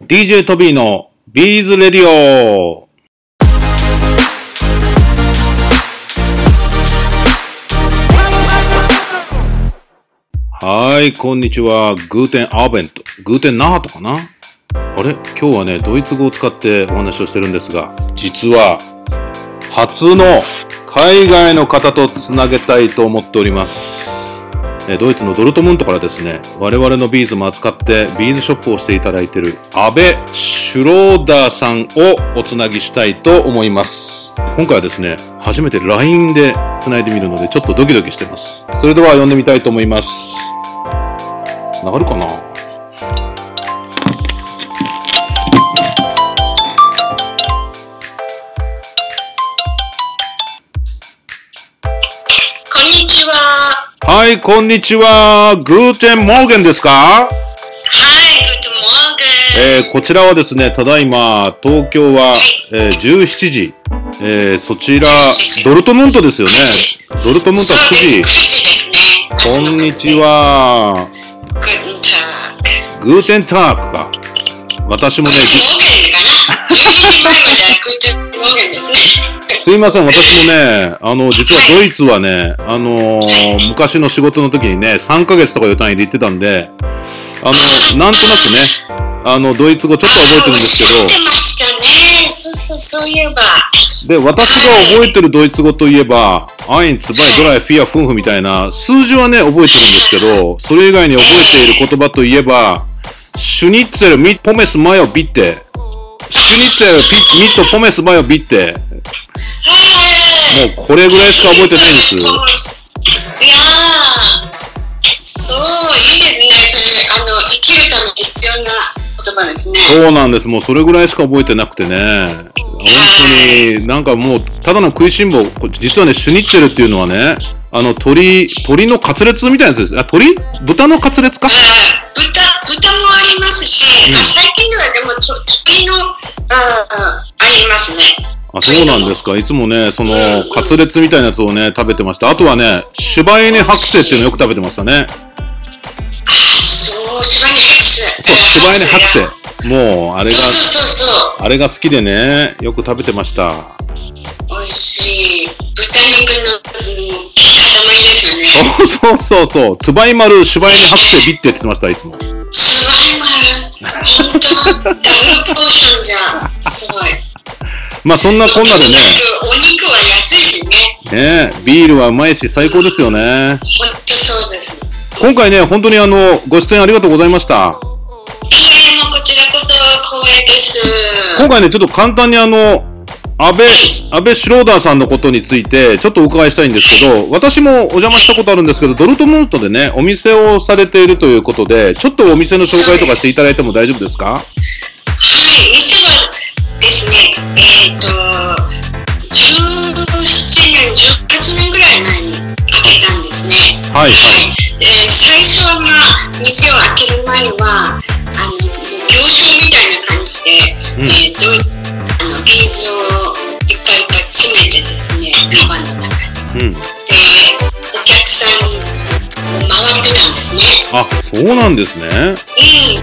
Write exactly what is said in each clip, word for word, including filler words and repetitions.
ディージェー トビーのビーズレディオ。はい、こんにちは。グーテンアーベント。グーテンナハトかな？あれ？今日はね、ドイツ語を使ってお話をしてるんですが、実は初の海外の方とつなげたいと思っております。ドイツのドルトムントからですね、我々のビーズも扱ってビーズショップをしていただいている阿部シュローダーさんをおつなぎしたいと思います。今回はですね、初めて ライン でつないでみるのでちょっとドキドキしてます。それでは読んでみたいと思います。つながるかな？ こんにちは。 はい、こんにちは。グーテンモーゲンですか？ はい、グーテンモーゲン。 えー、こちらはですね、ただいま東京は、はいえー、じゅうしちじ、えー、そちらドルトムントですよね。ドルトムントくじ。 くじですね。 こんにちは。グーテンタークか。私もね。 グーテンモーゲンかな。じゅうにじまえまではグーテンモーゲンですね。 すいません、私もね、あの、実はドイツはね、あのー、昔の仕事の時にね、さんかげつとかいう単位で行ってたんで、あの、なんとなくね、あの、ドイツ語ちょっと覚えてるんですけど、 おっしゃってましたね。そうそう、そういえば。 で、私が覚えてるドイツ語といえば、アイン、ツバイ、ドライ、フィア、フンフみたいな、数字はね、覚えてるんですけど、それ以外に覚えている言葉といえば、シュニッツェル、ミッポメス、マヨ、ビッテ。シュニッツェル、ピッ、ミット、ポメス、マヨ、ビッテ。もうこれぐらいしか覚えてないんです。 いやー、そう、いいですね。それ、あの、生きるために必要な言葉ですね。 そうなんです。もうそれぐらいしか覚えてなくてね。本当に、なんかもう、ただの食いしん坊。実はね、シュニッツェルっていうのはね、あの、鶏、鶏のカツレツみたいなやつです。あ、鶏？豚のカツレツか？ 豚、豚もありますし、うん、最近ではでも、鶏の、あ、ありますね。 あ、そうなんですか。いつもね、その、カツレツみたいなやつをね、食べてました。あとはね、シュバイネハクセっていうのをよく食べてましたね。 あ、そう、シュバイネハクセ。 そう、シュバイネハクセ。もう、あれが、 そうそうそう。 あれが好きでね、よく食べてました。 美味しい。豚肉の塊ですよね。 そうそうそうそう。トゥバイマル、シュバイネハクセビって言ってました、いつも。 トゥバイマル、ほんと、ダブルポーションじゃ、すごい。 まあそんなこんなでね。 お肉は安いしね。 ねえ、ビールはうまいし最高ですよね。 本当そうです。 今回ね、本当にあの、ご出演ありがとうございました。 いえ、もうこちらこそ光栄です。 今回ね、ちょっと簡単にあの、安倍、安倍シュローダーさんのことについてちょっとお伺いしたいんですけど、私もお邪魔したことあるんですけど、ドルトムントでね、お店をされているということで、ちょっとお店の紹介とかしていただいても大丈夫ですか？ はい、店はですね、えっと、じゅうななねん、じゅうはちねんぐらい前に開けたんですね。 はい。 はい。えー、最初はまあ、店を開ける前は、あの、行商みたいな感じで、うん、えー、どあのビーズをいっぱいいっぱい詰めてですね、カバンの中に。うん、で、お客さんを回ってたんですね。 あ、そうなんですね。 うん、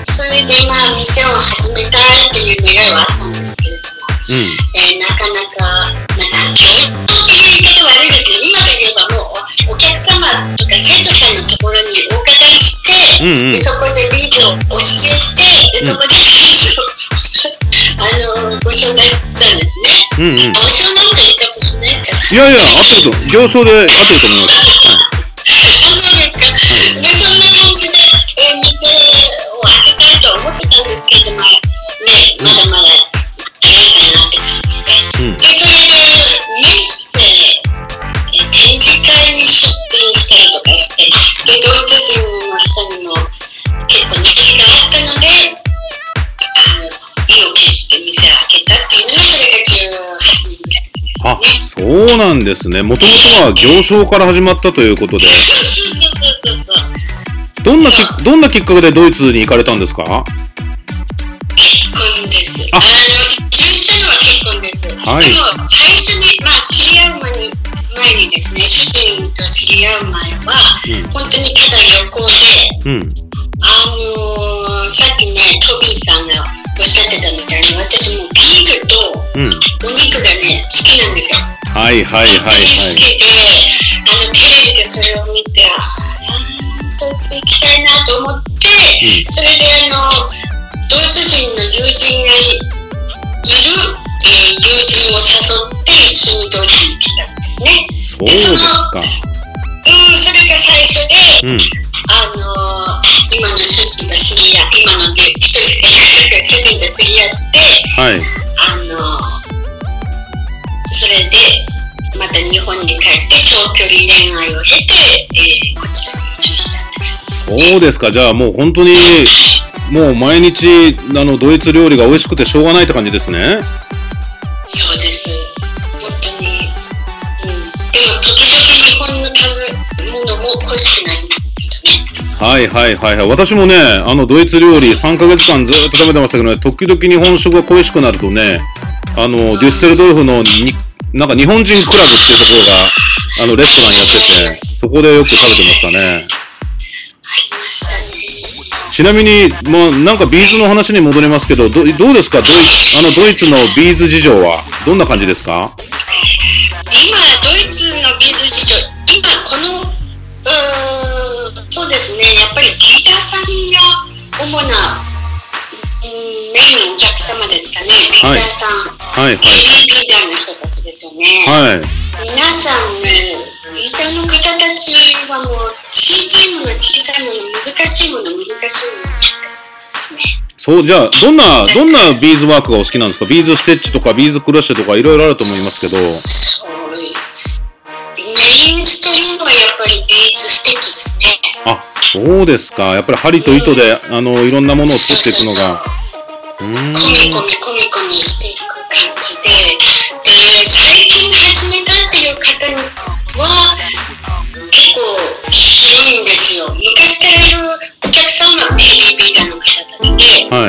それでまあ店を始めたいという願いはあったんですけれども、うんえー、なかなか、なんか、競争という言い方悪いですね。今で言えばもうお、お客様とか生徒さんのところにお伺いして、うんうん、でそこでビーズを教えて、でそこでビーズを、うん、あのご紹介してたんですね。うんうん、ご紹なんて言い方しないから。 いやいや、合ってると、行商で合ってると思います。 あ、そうですか。はい、で、そんな感じで、えー、店を開けたいと思ってたんですけれども、ね、まだまだ早いかなって感じで。うん、で、それで、メッセ、えー、展示会に出展したりとかして、で、ドイツ人の人にも結構人気があったので、あの、意を決して店を開けたっていうのが、それがじゅうはちねんぐらいですね。 あ、そうなんですね。もともとは行商から始まったということで。 そうそうそうそう。 どんなき、どんなきっかけでドイツに行かれたんですか？ 結婚です。あ, あの、移住したのは結婚です。はい、でも、最初に、まあ、知り合う前に、前にですね、主人と知り合う前は、うん、本当にただ旅行で、うん、あのー、さっきね、トビーさんがおっしゃお肉がね、好きなんですよ。 はいはいはいはい。 好きで、あの、テレビでそれを見て、あー、ドイツ行きたいなと思って、うん、それであの、ドイツ人の友人がいる、えー、友人を誘って一緒にドイツに来たんですね。 そうですか。 うん、それが最初で、うん、あのー、今の主人と知り合い、今の一人しかいないですけど、主人と知り合って、はい、あのー、それでまた日本に帰って長距離恋愛を経て、えー、こちらに移住したって感じですね。 そうですか。じゃあもう本当にもう毎日あのドイツ料理が美味しくてしょうがないって感じですね。 そうです。本当に。うん、でも時々日本の食べ物も恋しくなりますけどね。 はいはいはいはい。私もね、あのドイツ料理さんかげつかんずっと食べてましたけどね、時々日本食が恋しくなるとね、あの、うん、デュッセルドルフのになんか日本人クラブっていうところがあのレストランやってて、そこでよく食べてましたね。 ありましたね。 ちなみに、まあ、なんかビーズの話に戻りますけど、ど, どうですかドイあのドイツのビーズ事情はどんな感じですか？ 今ドイツのビーズ事情、今このうーんそうですね、やっぱりビーザーさんが主な、うん、メインのお客様ですかね。ビーザーさん、はいはいはい、ヘビービーザーの人たちですよね。はい、皆さんね、ビーザーの方たちはもう小さいもの小さいもの難しいもの難しいものですね。 そう、じゃあどんなどんなビーズワークがお好きなんですか？ビーズステッチとかビーズクロッシェとかいろいろあると思いますけど。 そう、メインストリームはやっぱりビーズステッチですね。 あ、そうですか。やっぱり針と糸で、うん、あのいろんなものを作っていくのが、 そうそうそう、うーん、込み込み込み込みしていく感じで、で最近始めたっていう方は結構広いんですよ。昔からいるお客さんはヘビービーダーの方たちで、はい、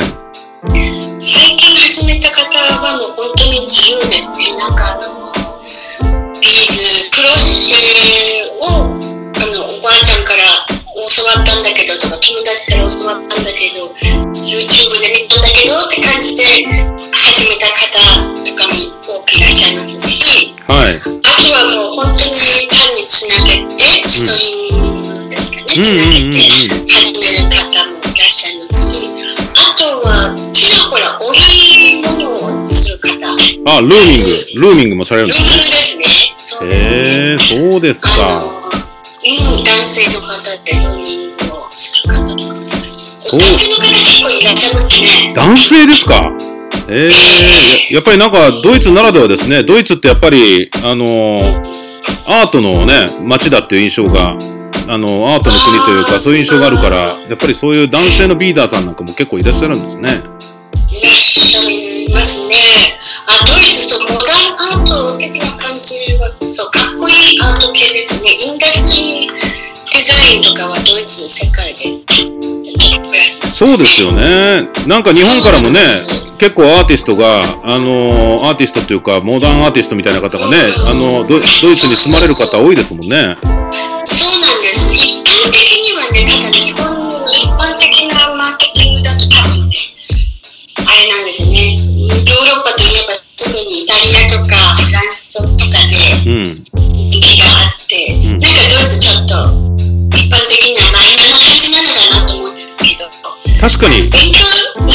最近始めた方はもう本当に自由ですね。なんかあのビーズクロッシェをあのおばあちゃんから教わったんだけどとか、友達から教わったんだけど YouTube で見たんだけどって感じで始めた方とかも多くいらっしゃいますし、はい、あとはもう本当に単につなげてストリームですかね、つなげて始める方もいらっしゃいますし、あとはちらほら織物をする方、 あ、ルーミングルーミングもされるんですね。 ルーミングですね。そうですね。 へー、そうですか。 うん、男性の方でルーミングをする方とかもいますし、男性の方結構いらっしゃいますね。 男性ですか？えー、やっぱりなんかドイツならではですね。ドイツってやっぱりあのー、アートのね街だっていう印象が、あのアートの国というかそういう印象があるから、やっぱりそういう男性のビーダーさんなんかも結構いらっしゃるんですね。 いらっしゃいますね。あ、ドイツとモダンアート的な感じはそうかっこいいアート系ですね。インダストリーデザインとかはドイツ世界でトップクラスなんですね。 そうですよね。なんか日本からもね結構アーティストがあのアーティストというかモダンアーティストみたいな方がね、あの ド, ドイツに住まれる方多いですもんね。 そうなんです。一般的にはね、ただ日本の一般的なマーケティングだと多分ねあれなんですね。ヨーロッパといえばすぐにイタリアとかフランスとかで人気があって、うん、なんかドイツちょっと一般的にはマイナーな感じなのかなと思うんですけど、 確かに勉強、うん、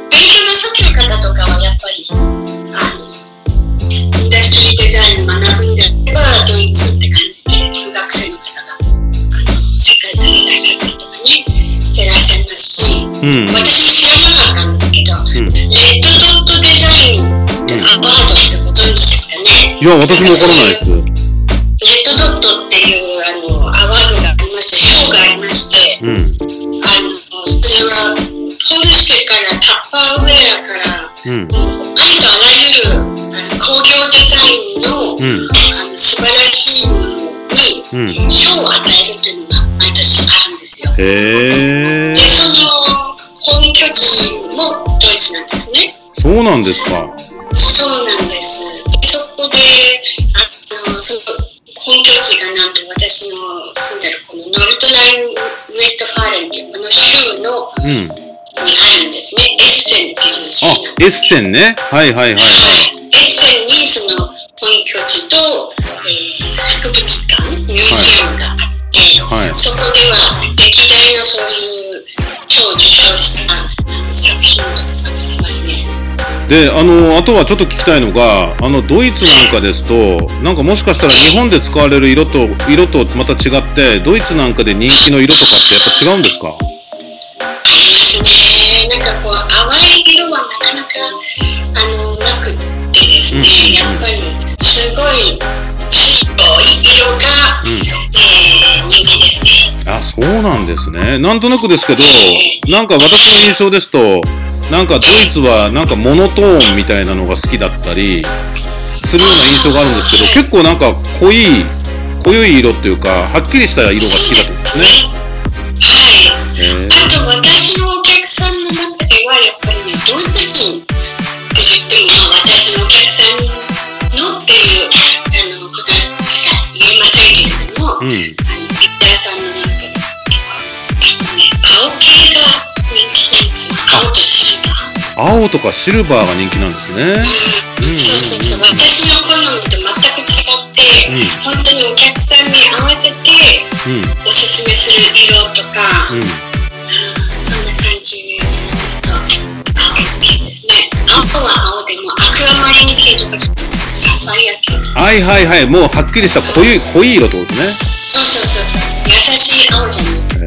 勉強なさってる方とかはやっぱりあのインダストリーデザインを学ぶんであればドイツって感じで留学生の方があの世界からいらっしゃったりとかねしてらっしゃいますし、うん、私も知らなかったんですけど、うん、レッドドットデザインってアパートってご存知ですかね。 いや、私もわからないです。 レッドドットっていうあのアワードがありまして、賞がありまして、うん、あのそれはポルシェからタッパーウェアから、うん、ありとあらゆるあの工業デザインの、うん、あの素晴らしいものに賞、うん、を与えるというのが毎年あるんですよ。へー。で、その本拠地もドイツなんですね。 そうなんですか。 そうなんです。でそこであのその本拠地がなんと私の住んでるこのノルトライン・ウェストファーレンというこの州の、うん、にあるんですね。エッセンっていう州なんです。 あ、エッセンね。はいはいはい。はい。 エッ実際にその本拠地と、えー、博物館、ミュージアムがあって、はいはい、そこでは歴代のそういう賞を受賞した作品とかありますね。 で、あの、あとはちょっと聞きたいのが、あの、ドイツなんかですと、なんかもしかしたら日本で使われる色と、色とまた違って、ドイツなんかで人気の色とかってやっぱ違うんですか？ そうですね。なんかこう、淡い色はなかなか、あの、なくってですね、うん、やっぱり、すごい強い色が、うん、えー、人気ですね。 あ、そうなんですね。なんとなくですけど、なんか私の印象ですと、なんかドイツはなんかモノトーンみたいなのが好きだったりするような印象があるんですけど、結構なんか濃い濃い色っていうかはっきりした色が好きだと思うんですね。 はい。あと私のお客さんの中ではやっぱりね、ドイツ人って言っても、まあ、私のお客さんのっていうあのことしか言えませんけれども、うん、あのビッターさんの中で、ね、青系が人気なのかな。青とシルバー。 青とかシルバーが人気なんですね。 うん、そうそうそう。私の好みと全く違って、うん、本当にお客さんに合わせて、うん、おすすめする色とか、うん、そんな感じですと、青系ですね。青は青でもアクアマリン系とかサファイア系。 はいはいはい。もうはっきりした濃い濃い色ってことですね。そうそうそうそう。優しい青じゃない。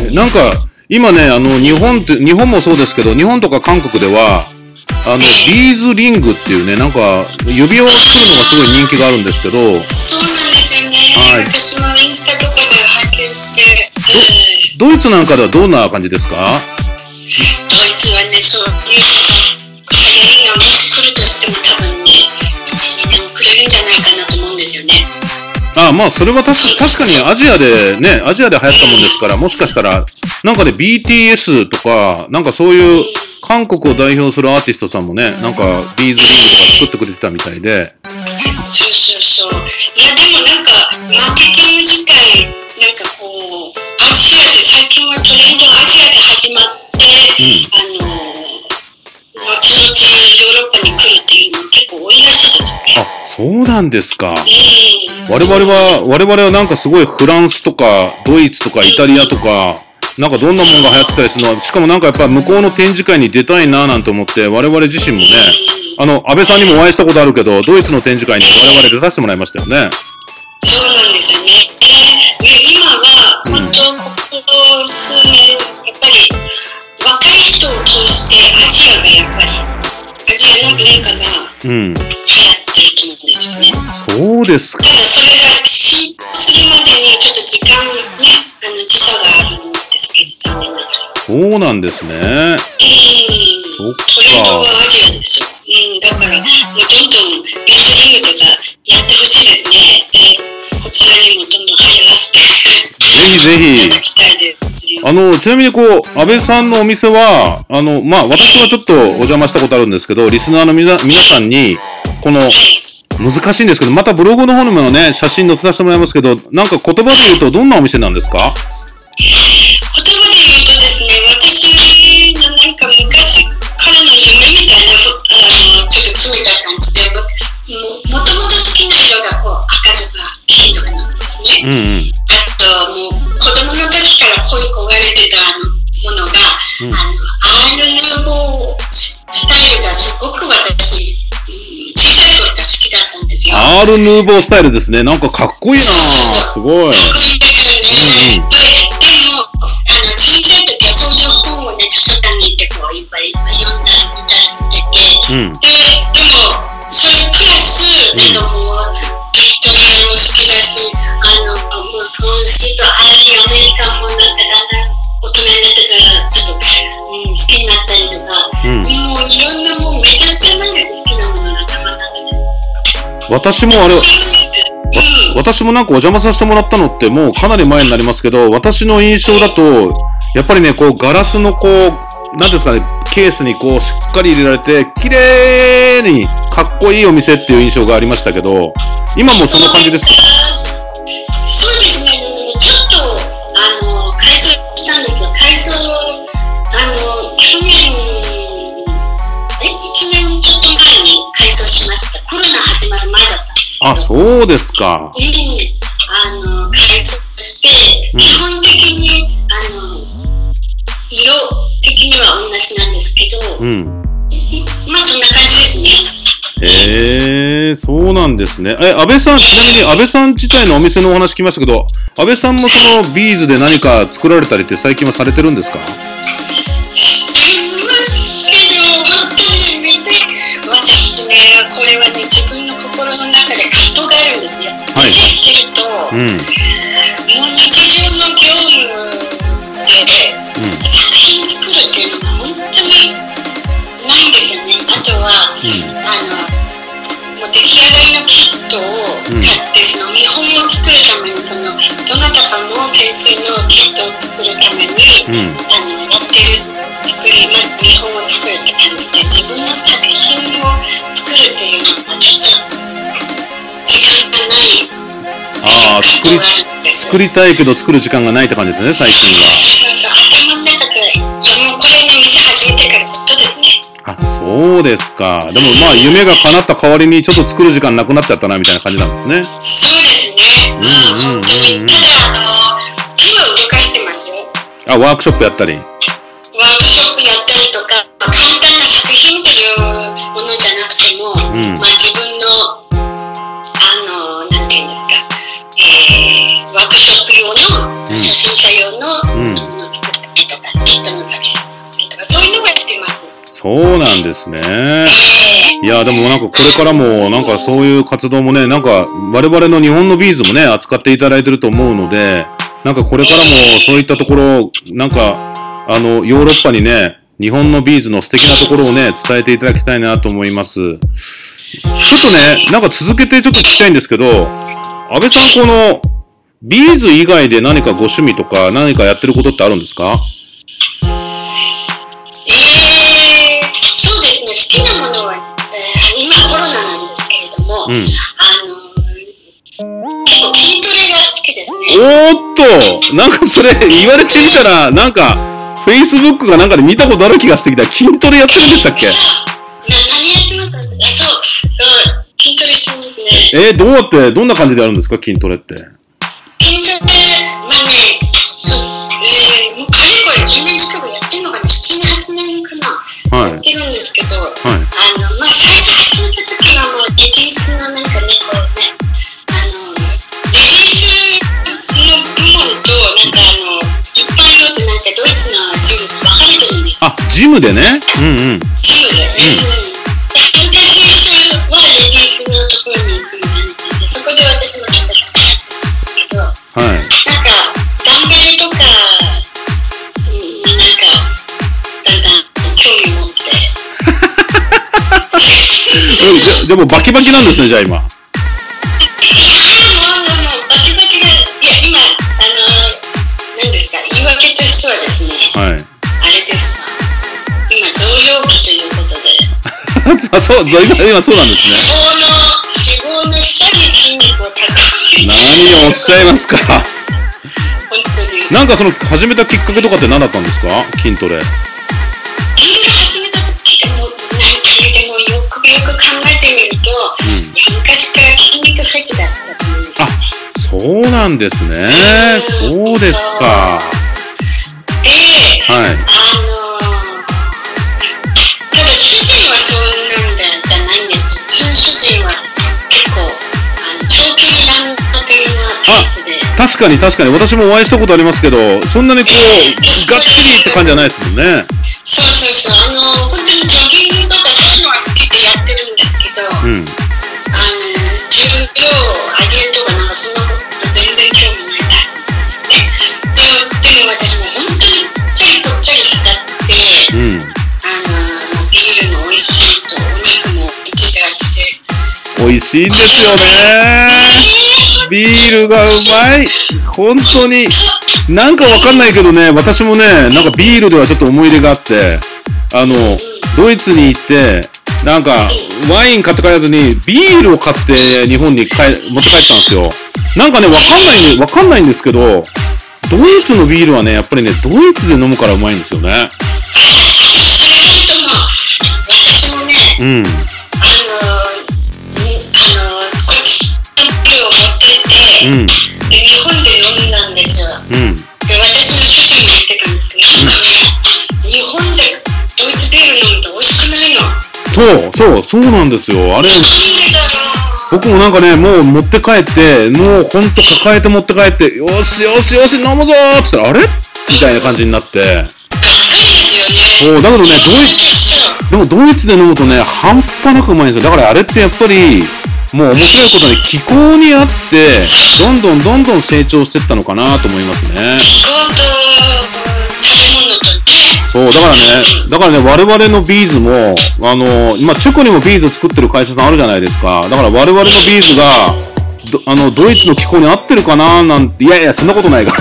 へえ。なんか今ね、あの日本って日本もそうですけど、日本とか韓国ではあのビーズリングっていうね、なんか指輪を作るのがすごい人気があるんですけど。 そうなんですよね。はい。私もインスタとかで拝見して、えー、ドイツなんかではどんな感じですか？ ドイツはね、そういう流行りがもし来るとしても多分ね、いち、にねん遅れるんじゃないかなと思うんですよね。 ああ、まあそれは確か、確かにアジアでね、アジアで流行ったもんですから、もしかしたらなんかね ビーティーエス とかなんかそういう韓国を代表するアーティストさんもね、なんかビーズリングとか作ってくれてたみたいで。 そうそうそう。いやでもなんかマーケティング自体なんかこうアジアで最近はトレンドアジアで始まって、うん、あの後々ヨーロッパに来るっていうの結構多いらしいですよね。 あ、そうなんですか。 うん、 我々は我々はなんかすごいフランスとかドイツとかイタリアとか。なんかどんなもんが流行ってたりするのは、しかもなんかやっぱ向こうの展示会に出たいななんて思って、我々自身もね、あの、安倍さんにもお会いしたことあるけど、ドイツの展示会に我々出させてもらいましたよね。 そうなんですよね。今は、本当、ここ数年、やっぱり、若い人を通してアジアがやっぱり、アジアの文化が流行ってると思うんですよね。 そうですか。 ただそれが進歩するまでにはちょっと時間ね、あの、時差があるんですけど、残念ながら。 そうなんですね。うん。 そっか。トレンドはアジアですよ。うん。だから、もうどんどんビーズリングとかやってほしいですね。で、こちらにもどんどん流行らせて。 ぜひぜひ。 いただきたいですよ。 あの、ちなみにこう、安倍さんのお店は、あの、まあ、私はちょっとお邪魔したことあるんですけど、リスナーのみな皆さんに、この、はい、難しいんですけど、またブログの方にもね、写真載せさせてもらいますけど、なんか言葉で言うとどんなお店なんですか？ 言葉で言うとですね、私のなんか昔からの夢みたいな、あの、ちょっと詰めた感じで、も、もともと好きな色がこう赤とか黄とかなんですね。うんうん、あと、もう子供の時から恋焦がれてたものが、うん、あの、アール・ヌーボースタイルがすごく私、小さい頃から好きだったんですよ。 アール・ヌーボースタイルですね。なんかかっこいいな。 そうそうそう、 すごい。 かっこいいですよね。うん、で、でも、あの、小さい時はそういう本をね、図書館に行ってこう、いっぱいいっぱい読んだり見たりしてて、うん、で、でも、それプラス、うん、あの、もう、ビクトリアも好きだし、あの、もう、そうすると、ああいうアメリカンもなんかだんだん大人になってから、ちょっと、うん、好きになったりとか、うん、もういろんなもうめちゃくちゃなんです、好きなものが頭の中で。 私もあれ、うん、私もなんかお邪魔させてもらったのってもうかなり前になりますけど、私の印象だと、やっぱりね、こうガラスのこう、なんですかね、ケースにこうしっかり入れられて、綺麗にかっこいいお店っていう印象がありましたけど、今もその感じですか？ そうですね、ちょっと、あの、改装したんですよ。改装、あの、去年、え、いちねんちょっと前に改装しました。 ロナ始まる前だったんですけど。 あ、そうですか。 うん、あの、開発して、基本的に、あの、色的には同じなんですけど、うん、まあそんな感じですね。 へえー、そうなんですね。え、安倍さん、ちなみに安倍さん自体のお店のお話聞きましたけど、安倍さんもそのビーズで何か作られたりって最近はされてるんですか？ してますけど、本当に店、私ね、これはね、自分の心の中で葛藤があるんですよ。はい。してると、うん、もう日常の業務で、うん、作品作るっていうのが本当にないんですよね。あとは、うん、あの、もう出来上がりのキットを買って、うん、その見本を作るために、そのどなたかの先生のキットを作るために、うん、あのやってる作ります見本を作るって感じで、自分の作品を作るっていうのはちょっと時間がない。 ああ、作り作りたいけど作る時間がないって感じですね、最近は。 そうそう、頭の中で、いやもうこれね、店始めてからずっとですね。 あ、そうですか。でもまあ夢が叶った代わりにちょっと作る時間なくなっちゃったなみたいな感じなんですね。 そうですね。うんうんうんうん。ただあの手を動かしてますよ。 あ、ワークショップやったり。ワークショップやったりとか、簡単な作品っていうものじゃなくても、うん、まあ自分のあのなんていうんですか、えー、ワークショップ用の初心者用のものを作ったりとか、キットの作品を作ったりとか、そういうのがしてます。 そうなんですね。いや、でもなんかこれからもなんかそういう活動もね、なんか我々の日本のビーズもね、扱っていただいてると思うので、なんかこれからもそういったところ、なんかあのヨーロッパにね、日本のビーズの素敵なところをね、伝えていただきたいなと思います。ちょっとね、なんか続けてちょっと聞きたいんですけど、安倍さんこのビーズ以外で何かご趣味とか何かやってることってあるんですか？ そうですね、好きなものは、えー、今コロナなんですけれども、うん、あの結構筋トレが好きですね。 おーっと、なんかそれ言われてみたら、なんか Facebook かなんかで見たことある気がしてきた。筋トレやってるんでしたっけ？ そうな何やってますか？あ、そうそう筋トレしてますね。 えー、どうやってどんな感じでやるんですか、筋トレって？ 筋トレはね、そう、えー、もうかれこれじゅうねん近くやってるのがね、なな、はちねんかな。はい、やってるんですけど、はい、あのまあ、最初始めた時はもうレディースのなんかね、こうね、あのレディースの部門となんかあの一般用ってなんかドイツのジム分かれてるんですよ。 あ、ジムでね。うんうん。 ジムで、うんうん。で、恥ずかしい人はレディースのところに行くみたいな感じで、そこで私もちょっとやってたんですけど、はい、なんかダンベルとか、うん、なんかだんだん興味持ってじゃ、じゃもうバキバキなんですね、じゃあ今。 いや、もう、もうバキバキが、いや、今、あの、何ですか、言い訳としてはですね、はい、あれですわ、今、増量期ということで、 あ、そう、今、今そうなんですね。 脂肪の、脂肪の下に筋肉を蓄えて、 何をおっしゃいますか。 本当に。 なんかその、始めたきっかけとかって何だったんですか、筋トレ。 筋トレ始めた時がもう、なんかね、でもよくよく考えてみると、うん、昔から筋肉フェチだったと思うんですよね。 あ、そうなんですね。うん、そうですか。 で、はい、あのー、ただ主人はそんなんじゃないんです。うちの主人は結構、あの長距離ランナー的なタイプで。 確かに確かに、私もお会いしたことありますけど、そんなにこう、えー、がっつりって感じじゃないですもんね。 そうそうそう、あの本当にジョギングとかそういうのは好きでやってるんですけど、うん、あの重量を上げるとかなんかそんなこと全然興味ないタイプなんですね。でもでも私も本当にぽっちゃりぽっちゃりしちゃって、うん、あのビールも美味しいとお肉も一手がちで。 美味しいんですよね。ビールがうまい。本当に。なんかわかんないけどね、私もね、なんかビールではちょっと思い入れがあって、あの、ドイツに行って、なんか、ワイン買って帰らずに、ビールを買って日本に帰持って帰ったんですよ。なんかね、わかんないんで、わかんないんですけど、ドイツのビールはね、やっぱりね、ドイツで飲むからうまいんですよね。 それはとも、私もね、うん。あの、 うん、 で日本で飲んだんですよ、うん、で私の主人も言ってたんですけど、なんかね、日本でドイツビール飲むと美味しくないの。 そうそうそうなんですよ。あれなんでだろう。僕もなんかね、もう持って帰って、もうほんと抱えて持って帰って、よしよしよし飲むぞーって言ったら、あれみたいな感じになって。そう、だけどね、ドイツ、でもドイツで飲むとね、半端なくうまいんですよ。だからあれってやっぱり、もう面白いことに気候にあって、どんどんどんどん成長していったのかなと思いますね。 気候と食べ物とね。 そう、だからね、だからね、我々のビーズも、あの、今、チョコにもビーズ作ってる会社さんあるじゃないですか。だから我々のビーズが、どあの、ドイツの気候に合ってるかななんて、いやいや、そんなことないが。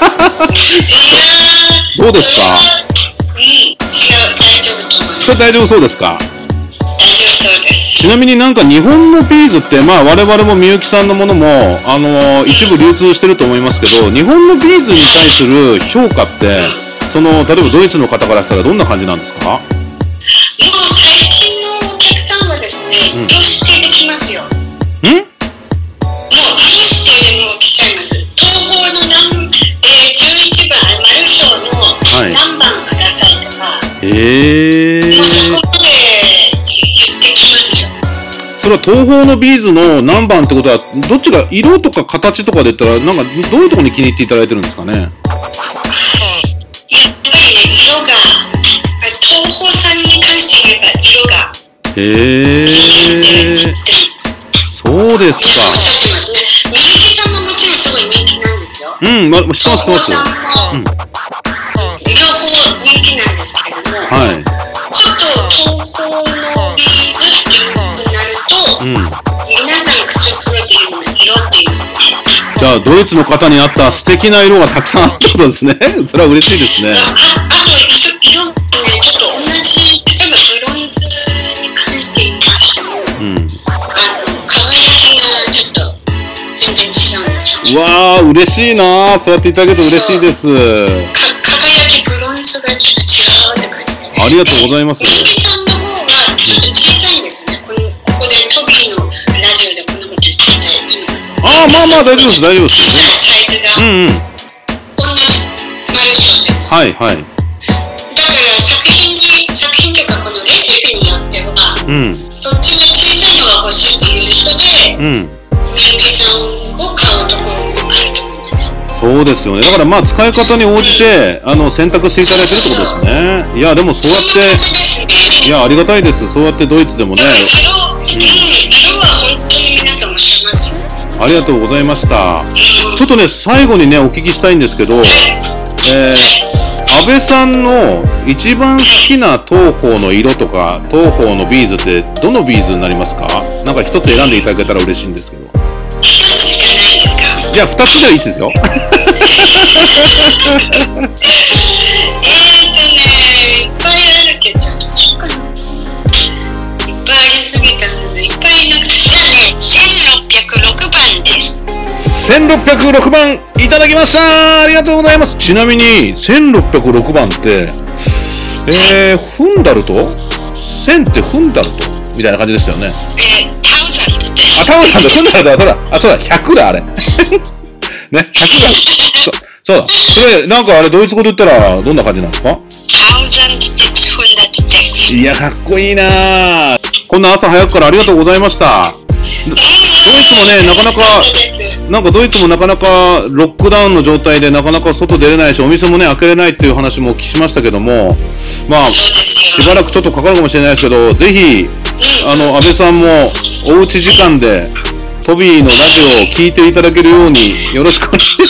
どうですか？ うん、違う、大丈夫と思います。 それ大丈夫そうですか？ 大丈夫そうです。 ちなみになんか日本のビーズって、まあ我々もみゆきさんのものも、あの、一部流通してると思いますけど、日本のビーズに対する評価って、その、例えばドイツの方からしたらどんな感じなんですか？もう最近のお客さんはですね、色指定で来ますよ。ん？もう色指定でもう来ちゃいます。東宝の何、えー、じゅういちばん、マルショーの何番くださいとか、はい、えー、もうそこまで言ってきますよ。 それは東宝のビーズの何番ってことは、どっちが色とか形とかで言ったら、なんかどういうところに気に入っていただいてるんですかね？ 色が、東宝さんに関して言えば色が、 へー、そうですか。 おっしゃってますね。みゆきさんももちろんすごい人気なんですよ。 うん、ま、知ってます、知ってます。 東宝さんも、うん、両方人気なんですけれども、はい、こと東宝のビーズっていうのになると、うん、皆さん口を揃えて言うのは色って言いますね。 じゃあドイツの方に合った素敵な色がたくさんあったことですね。それは嬉しいですね。 あ, あと色ってね、ちょっと同じ、例えばブロンズに関して言いましても、うん、あの輝きがちょっと全然違うんですよね。 うわー、嬉しいなー。そうやっていただけると嬉しいです。 か輝きブロンズがちょっと違うって感じで、ね、 ありがとうございます。 みゆきさんの方はちょっと小さいんですよね。こ, のここでトビーのラジオでこんなこと言ってたらいいのかな。 ああ、まあまあ大丈夫です、大丈夫です。 サイズが、うんうん、同じマルショーでも、はいはい。だから作品に作品というかこのレシピによっては、うん、そっちの小さいのが欲しいっていう人で、うん、みゆきさんを買うところもあると思うんですよ。 そうですよね。だからまあ使い方に応じて、うん、あの選択していただけるってことですね。いやでもそうやって、ね、いやありがたいです。そうやってドイツでもね。色、うん、色は本当に皆さんおっしゃいますよ。ありがとうございました。ちょっとね、最後にね、お聞きしたいんですけど、えー、安倍さんの一番好きな東宝の色とか、東宝のビーズってどのビーズになりますか？なんか一つ選んでいただけたら嬉しいんですけど。 一つしかないんですか？ いや、二つでいいですよ。えーっとね、いっぱいあるけど、どっちかな。いっぱいありすぎたので、いっぱいなくて、じゃあね、せんろっぴゃくろくばんです。 せんろっぴゃくろくばんいただきました。ありがとうございます。ちなみにせんろっぴゃくろくばんってえー、フンダルトせんってフンダルトみたいな感じでしたよね。 えー、タウザンドです。 あ、タウザンド、フンダルトだ、そうだ、あ、そうだ、ひゃくだ、あれ。ね、ひゃくだ。そ、そうだ。それ、なんかあれ、ドイツ語で言ったらどんな感じなんですか？ タウザンドセックス、フンダルトセックス。 いや、かっこいいなぁ。こんな朝早くからありがとうございました。ドイツもね、なかなか、なんかドイツもなかなかロックダウンの状態でなかなか外出れないし、お店もね、開けれないっていう話も聞きましたけども、まあ、しばらくちょっとかかるかもしれないですけど、ぜひ、あの、安倍さんもおうち時間で、トビーのラジオを聞いていただけるようによろしくお願いします。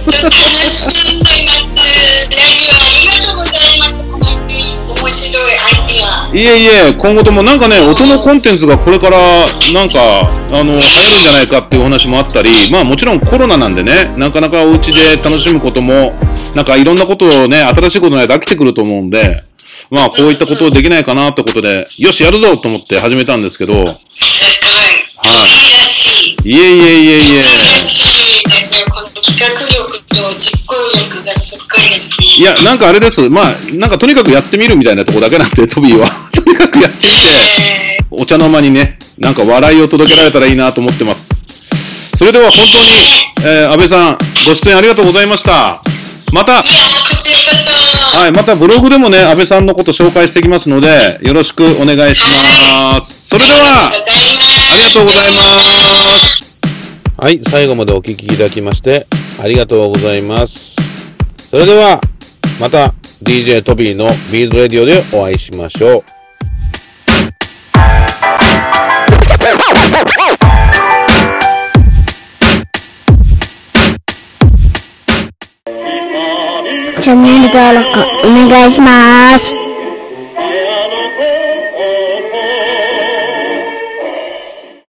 本当楽しんでます。ラジオありがとうございます。この面白いアイディア。 いえいえ、今後ともなんかね、音のコンテンツがこれからなんかあの入るんじゃないかっていうお話もあったり、まあもちろんコロナなんでね、なかなかお家で楽しむこともなんかいろんなことをね、新しいことないと飽きてくると思うんで、まあこういったことできないかなってことで、よしやるぞと思って始めたんですけど。 すごい。はい。いいらしい。 いえいえいえいえ。 いいらしいですよ。この企画力と実行力がすっごいですね。 いや、なんかあれです。まあ、なんかとにかくやってみるみたいなとこだけなんで、トビーは。とにかくやってみて、お茶の間にね、なんか笑いを届けられたらいいなと思ってます。 それでは本当に、えー、安倍さんご出演ありがとうございました。また、 いやこちらこそ、 はい、またブログでもね安倍さんのこと紹介していきますのでよろしくお願いします。それではありがとうございます。はい、最後までお聞きいただきましてありがとうございます。それではまた ディージェー トビーのビーズレディオでお会いしましょう。 チャンネル登録お願いします。